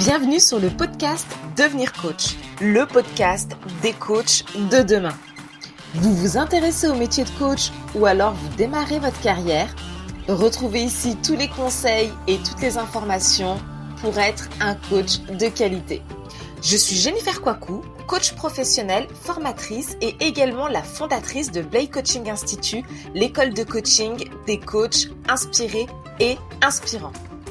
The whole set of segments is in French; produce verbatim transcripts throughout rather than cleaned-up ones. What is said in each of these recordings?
Bienvenue sur le podcast Devenir coach, le podcast des coachs de demain. Vous vous intéressez au métier de coach ou alors vous démarrez votre carrière? Retrouvez ici tous les conseils et toutes les informations pour être un coach de qualité. Je suis Jennifer Kouakou, coach professionnelle, formatrice et également la fondatrice de Blay Coaching Institute, l'école de coaching des coachs inspirés et inspirants.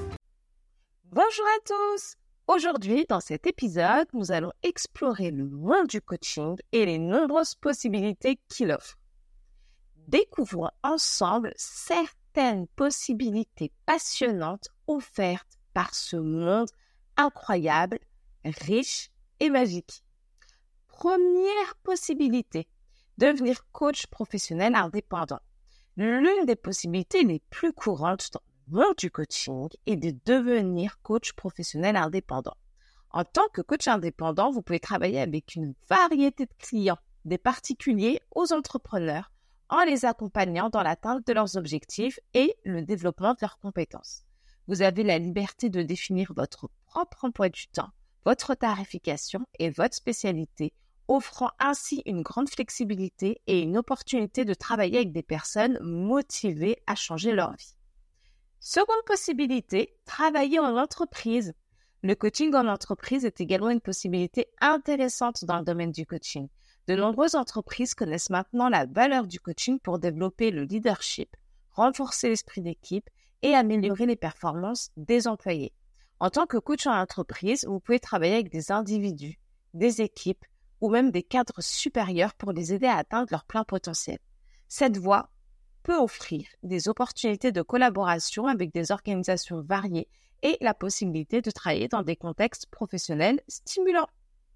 Bonjour à tous! Aujourd'hui, dans cet épisode, nous allons explorer le monde du coaching et les nombreuses possibilités qu'il offre. Découvrons ensemble certaines possibilités passionnantes offertes par ce monde incroyable, riche et magique. Première possibilité, devenir coach professionnel indépendant. L'une des possibilités les plus courantes dans le monde du coaching est de devenir coach professionnel indépendant. En tant que coach indépendant, vous pouvez travailler avec une variété de clients, des particuliers aux entrepreneurs, en les accompagnant dans l'atteinte de leurs objectifs et le développement de leurs compétences. Vous avez la liberté de définir votre propre emploi du temps, votre tarification et votre spécialité, offrant ainsi une grande flexibilité et une opportunité de travailler avec des personnes motivées à changer leur vie. Seconde possibilité, travailler en entreprise. Le coaching en entreprise est également une possibilité intéressante dans le domaine du coaching. De nombreuses entreprises connaissent maintenant la valeur du coaching pour développer le leadership, renforcer l'esprit d'équipe et améliorer les performances des employés. En tant que coach en entreprise, vous pouvez travailler avec des individus, des équipes ou même des cadres supérieurs pour les aider à atteindre leur plein potentiel. Cette voie peut offrir des opportunités de collaboration avec des organisations variées et la possibilité de travailler dans des contextes professionnels stimulants.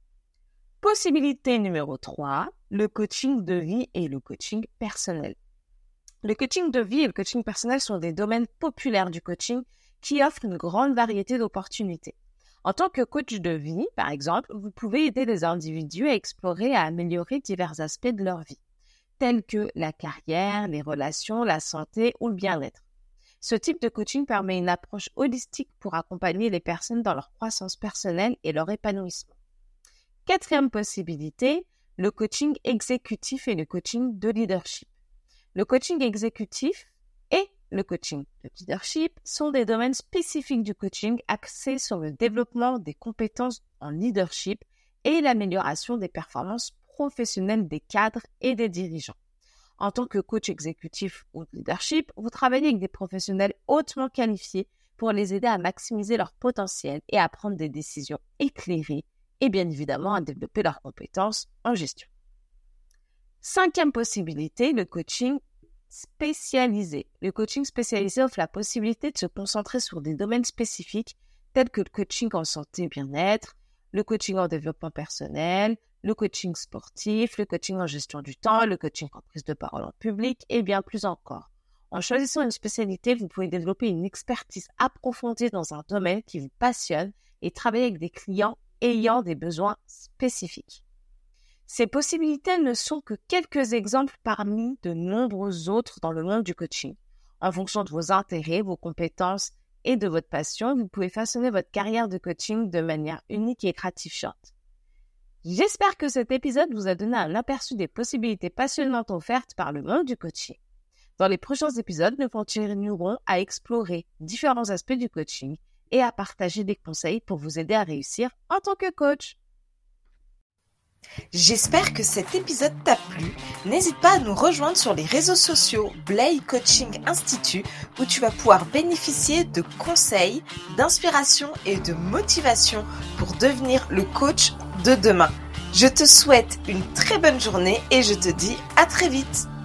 Possibilité numéro trois, le coaching de vie et le coaching personnel. Le coaching de vie et le coaching personnel sont des domaines populaires du coaching qui offrent une grande variété d'opportunités. En tant que coach de vie, par exemple, vous pouvez aider les individus à explorer et à améliorer divers aspects de leur vie, tels que la carrière, les relations, la santé ou le bien-être. Ce type de coaching permet une approche holistique pour accompagner les personnes dans leur croissance personnelle et leur épanouissement. Quatrième possibilité, le coaching exécutif et le coaching de leadership. Le coaching exécutif et le coaching de leadership sont des domaines spécifiques du coaching axés sur le développement des compétences en leadership et l'amélioration des performances professionnelles des cadres et des dirigeants. En tant que coach exécutif ou de leadership, vous travaillez avec des professionnels hautement qualifiés pour les aider à maximiser leur potentiel et à prendre des décisions éclairées et bien évidemment à développer leurs compétences en gestion. Cinquième possibilité, le coaching spécialisé. Le coaching spécialisé offre la possibilité de se concentrer sur des domaines spécifiques tels que le coaching en santé et bien-être, le coaching en développement personnel, le coaching sportif, le coaching en gestion du temps, le coaching en prise de parole en public et bien plus encore. En choisissant une spécialité, vous pouvez développer une expertise approfondie dans un domaine qui vous passionne et travailler avec des clients ayant des besoins spécifiques. Ces possibilités ne sont que quelques exemples parmi de nombreux autres dans le monde du coaching. En fonction de vos intérêts, vos compétences et de votre passion, vous pouvez façonner votre carrière de coaching de manière unique et gratifiante. J'espère que cet épisode vous a donné un aperçu des possibilités passionnantes offertes par le monde du coaching. Dans les prochains épisodes, nous continuerons à explorer différents aspects du coaching et à partager des conseils pour vous aider à réussir en tant que coach. J'espère que cet épisode t'a plu. N'hésite pas à nous rejoindre sur les réseaux sociaux Blay Coaching Institute où tu vas pouvoir bénéficier de conseils, d'inspiration et de motivation pour devenir le coach de demain. Je te souhaite une très bonne journée et je te dis à très vite.